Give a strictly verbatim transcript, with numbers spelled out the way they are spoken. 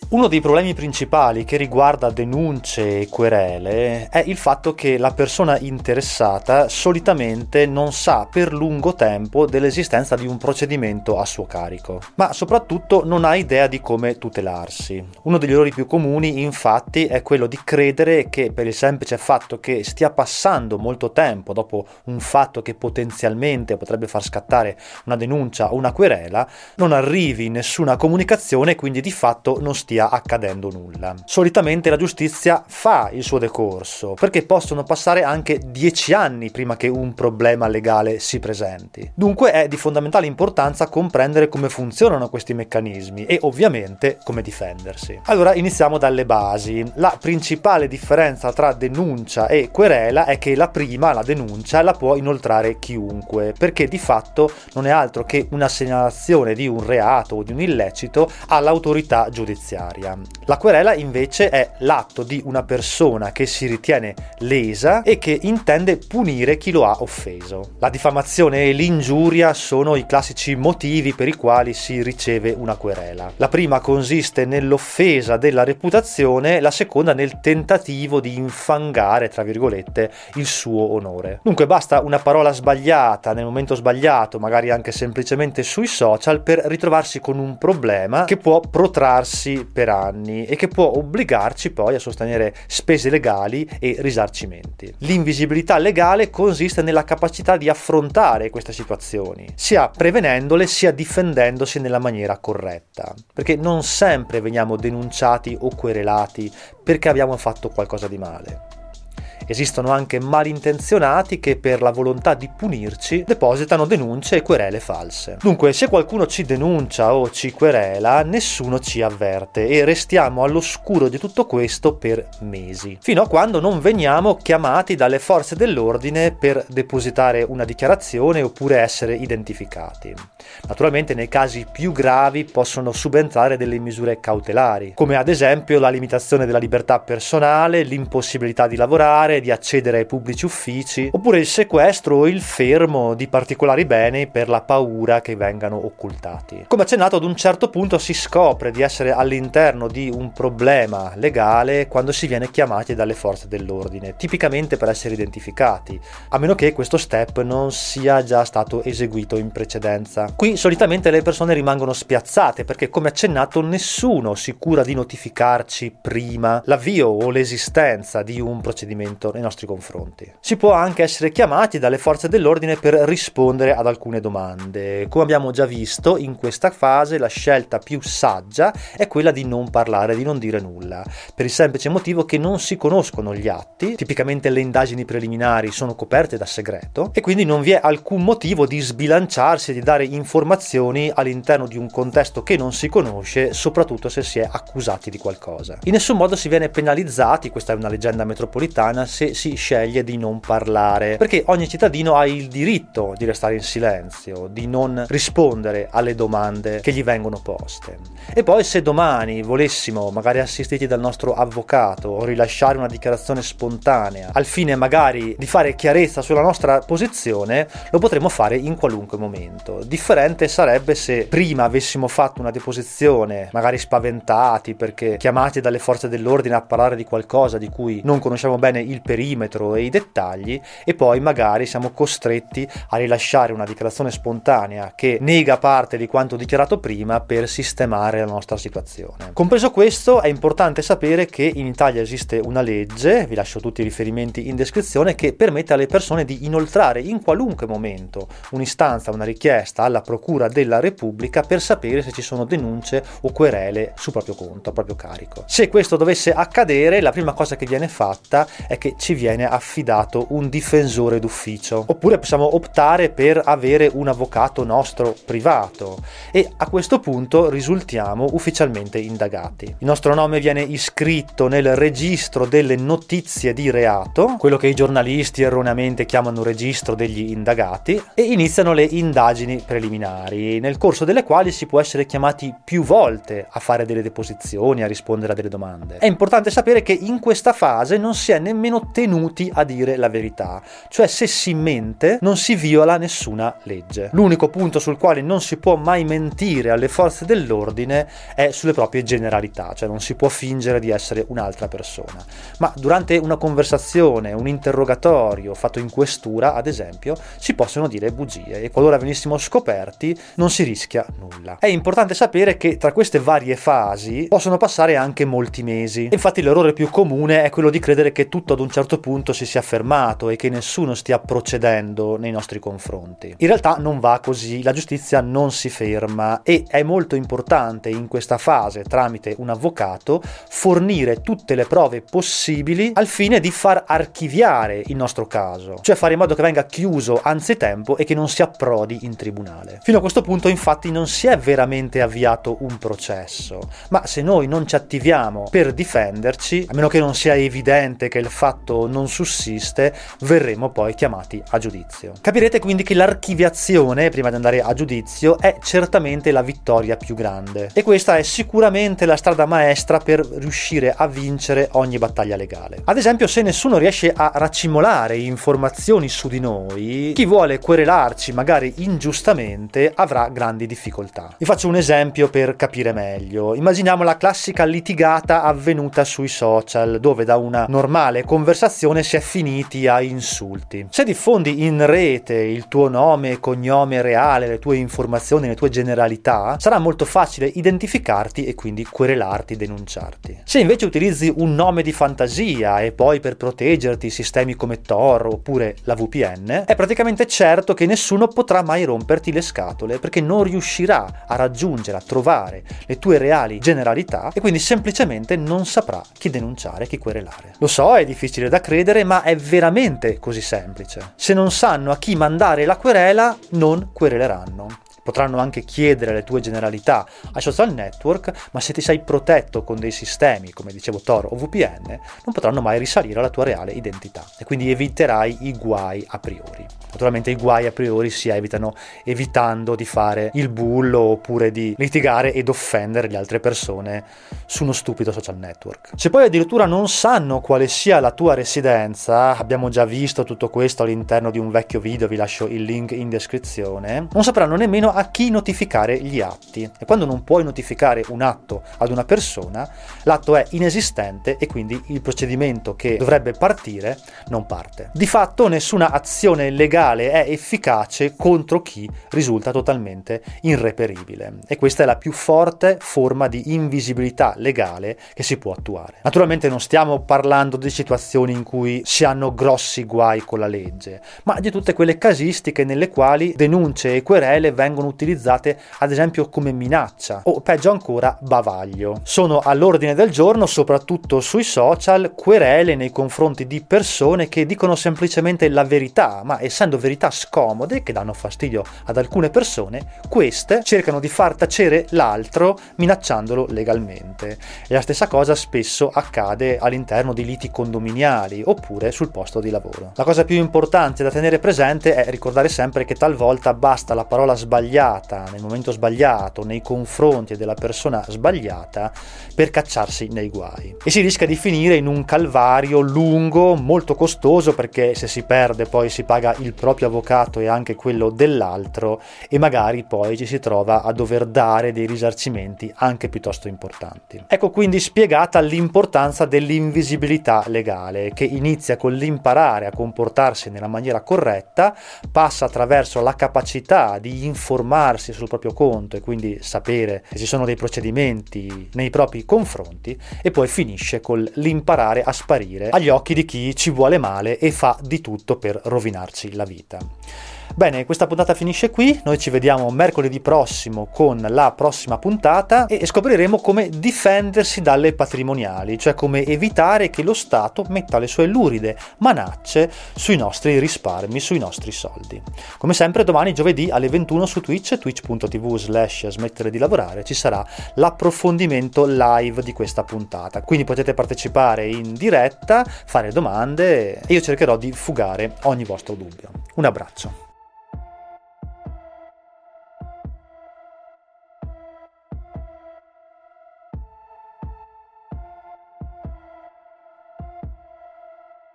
Uno dei problemi principali che riguarda denunce e querele è il fatto che la persona interessata solitamente non sa per lungo tempo dell'esistenza di un procedimento a suo carico, ma soprattutto non ha idea di come tutelarsi. Uno degli errori più comuni, infatti, è quello di credere che per il semplice fatto che stia passando molto tempo dopo un fatto che potenzialmente potrebbe far scattare una denuncia o una querela, non arrivi nessuna comunicazione e quindi di fatto non stia accadendo nulla. Solitamente la giustizia fa il suo decorso, perché possono passare anche dieci anni prima che un problema legale si presenti. Dunque è di fondamentale importanza comprendere come funzionano questi meccanismi e ovviamente come difendersi. Allora iniziamo dalle basi. La principale differenza tra denuncia e querela è che la prima, la denuncia, la può inoltrare chiunque, perché di fatto non è altro che una segnalazione di un reato o di un illecito all'autorità giudiziaria. La querela invece è l'atto di una persona che si ritiene lesa e che intende punire chi lo ha offeso. La diffamazione e l'ingiuria sono i classici motivi per i quali si riceve una querela. La prima consiste nell'offesa della reputazione, la seconda nel tentativo di infangare, tra virgolette, il suo onore. Dunque basta una parola sbagliata nel momento sbagliato, magari anche semplicemente sui social, per ritrovarsi con un problema che può protrarsi per anni e che può obbligarci poi a sostenere spese legali e risarcimenti. L'invisibilità legale consiste nella capacità di affrontare queste situazioni, sia prevenendole sia difendendosi nella maniera corretta, perché non sempre veniamo denunciati o querelati perché abbiamo fatto qualcosa di male. Esistono anche malintenzionati che per la volontà di punirci depositano denunce e querele false. Dunque, se qualcuno ci denuncia o ci querela, nessuno ci avverte e restiamo all'oscuro di tutto questo per mesi, fino a quando non veniamo chiamati dalle forze dell'ordine per depositare una dichiarazione oppure essere identificati. Naturalmente nei casi più gravi possono subentrare delle misure cautelari, come ad esempio la limitazione della libertà personale, l'impossibilità di lavorare, di accedere ai pubblici uffici, oppure il sequestro o il fermo di particolari beni per la paura che vengano occultati. Come accennato, ad un certo punto si scopre di essere all'interno di un problema legale quando si viene chiamati dalle forze dell'ordine, tipicamente per essere identificati, a meno che questo step non sia già stato eseguito in precedenza. Qui solitamente le persone rimangono spiazzate perché, come accennato, nessuno si cura di notificarci prima l'avvio o l'esistenza di un procedimento nei nostri confronti. Si può anche essere chiamati dalle forze dell'ordine per rispondere ad alcune domande. Come abbiamo già visto, in questa fase la scelta più saggia è quella di non parlare, di non dire nulla, per il semplice motivo che non si conoscono gli atti, tipicamente le indagini preliminari sono coperte da segreto e quindi non vi è alcun motivo di sbilanciarsi e di dare informazioni all'interno di un contesto che non si conosce, soprattutto se si è accusati di qualcosa. In nessun modo si viene penalizzati, questa è una leggenda metropolitana, se si sceglie di non parlare, perché ogni cittadino ha il diritto di restare in silenzio, di non rispondere alle domande che gli vengono poste. E poi, se domani volessimo, magari assistiti dal nostro avvocato, rilasciare una dichiarazione spontanea al fine magari di fare chiarezza sulla nostra posizione, lo potremmo fare in qualunque momento. Differente sarebbe se prima avessimo fatto una deposizione, magari spaventati perché chiamati dalle forze dell'ordine a parlare di qualcosa di cui non conosciamo bene il perimetro e i dettagli, e poi magari siamo costretti a rilasciare una dichiarazione spontanea che nega parte di quanto dichiarato prima per sistemare la nostra situazione. Compreso questo, è importante sapere che in Italia esiste una legge, vi lascio tutti i riferimenti in descrizione, che permette alle persone di inoltrare in qualunque momento un'istanza, una richiesta alla Procura della Repubblica per sapere se ci sono denunce o querele sul proprio conto, a proprio carico. Se questo dovesse accadere, la prima cosa che viene fatta è che ci viene affidato un difensore d'ufficio, oppure possiamo optare per avere un avvocato nostro privato e a questo punto risultiamo ufficialmente indagati. Il nostro nome viene iscritto nel registro delle notizie di reato, quello che i giornalisti erroneamente chiamano registro degli indagati, e iniziano le indagini preliminari, nel corso delle quali si può essere chiamati più volte a fare delle deposizioni, a rispondere a delle domande. È importante sapere che in questa fase non si è nemmeno siamo tenuti a dire la verità, cioè se si mente non si viola nessuna legge. L'unico punto sul quale non si può mai mentire alle forze dell'ordine è sulle proprie generalità, cioè non si può fingere di essere un'altra persona. Ma durante una conversazione, un interrogatorio fatto in questura, ad esempio, si possono dire bugie e qualora venissimo scoperti non si rischia nulla. È importante sapere che tra queste varie fasi possono passare anche molti mesi. Infatti l'errore più comune è quello di credere che tutto ad un certo punto si sia fermato e che nessuno stia procedendo nei nostri confronti. In realtà non va così, la giustizia non si ferma e è molto importante in questa fase, tramite un avvocato, fornire tutte le prove possibili al fine di far archiviare il nostro caso, cioè fare in modo che venga chiuso anzitempo e che non si approdi in tribunale. Fino a questo punto infatti non si è veramente avviato un processo, ma se noi non ci attiviamo per difenderci, a meno che non sia evidente che il fatto non sussiste, verremo poi chiamati a giudizio. Capirete quindi che l'archiviazione, prima di andare a giudizio, è certamente la vittoria più grande e questa è sicuramente la strada maestra per riuscire a vincere ogni battaglia legale. Ad esempio, se nessuno riesce a racimolare informazioni su di noi, chi vuole querelarci magari ingiustamente avrà grandi difficoltà. Vi faccio un esempio per capire meglio. Immaginiamo la classica litigata avvenuta sui social, dove da una normale conversazione si è finiti a insulti. Se diffondi in rete il tuo nome e cognome reale, le tue informazioni, le tue generalità, sarà molto facile identificarti e quindi querelarti, denunciarti. Se invece utilizzi un nome di fantasia e poi per proteggerti sistemi come Tor oppure la V P N, è praticamente certo che nessuno potrà mai romperti le scatole perché non riuscirà a raggiungere, a trovare le tue reali generalità e quindi semplicemente non saprà chi denunciare, chi querelare. Lo so, è difficile da credere, ma è veramente così semplice. Se non sanno a chi mandare la querela, non quereleranno. Potranno anche chiedere le tue generalità ai social network, ma se ti sei protetto con dei sistemi, come dicevo Tor o V P N, non potranno mai risalire alla tua reale identità e quindi eviterai i guai a priori. Naturalmente i guai a priori si evitano evitando di fare il bullo oppure di litigare ed offendere le altre persone su uno stupido social network. Se poi addirittura non sanno quale sia la tua residenza, abbiamo già visto tutto questo all'interno di un vecchio video, vi lascio il link in descrizione, non sapranno nemmeno a chi notificare gli atti. E quando non puoi notificare un atto ad una persona, l'atto è inesistente e quindi il procedimento che dovrebbe partire non parte. Di fatto nessuna azione legale è efficace contro chi risulta totalmente irreperibile e questa è la più forte forma di invisibilità legale che si può attuare. Naturalmente non stiamo parlando di situazioni in cui si hanno grossi guai con la legge, ma di tutte quelle casistiche nelle quali denunce e querele vengono utilizzate ad esempio come minaccia o peggio ancora bavaglio. Sono all'ordine del giorno soprattutto sui social querele nei confronti di persone che dicono semplicemente la verità, ma essendo verità scomode che danno fastidio ad alcune persone, queste cercano di far tacere l'altro minacciandolo legalmente. E la stessa cosa spesso accade all'interno di liti condominiali oppure sul posto di lavoro. La cosa più importante da tenere presente è ricordare sempre che talvolta basta la parola sbagliata nel momento sbagliato nei confronti della persona sbagliata per cacciarsi nei guai e si rischia di finire in un calvario lungo, molto costoso, perché se si perde poi si paga il proprio avvocato e anche quello dell'altro e magari poi ci si trova a dover dare dei risarcimenti anche piuttosto importanti. Ecco quindi spiegata l'importanza dell'invisibilità legale, che inizia con l'imparare a comportarsi nella maniera corretta, passa attraverso la capacità di informarsi sul proprio conto e quindi sapere che ci sono dei procedimenti nei propri confronti e poi finisce con l'imparare a sparire agli occhi di chi ci vuole male e fa di tutto per rovinarci la vita. Bene, questa puntata finisce qui, noi ci vediamo mercoledì prossimo con la prossima puntata e scopriremo come difendersi dalle patrimoniali, cioè come evitare che lo Stato metta le sue luride manacce sui nostri risparmi, sui nostri soldi. Come sempre domani giovedì alle ventuno su Twitch, twitch.tv slash smettere di lavorare, ci sarà l'approfondimento live di questa puntata, quindi potete partecipare in diretta, fare domande e io cercherò di fugare ogni vostro dubbio. Un abbraccio.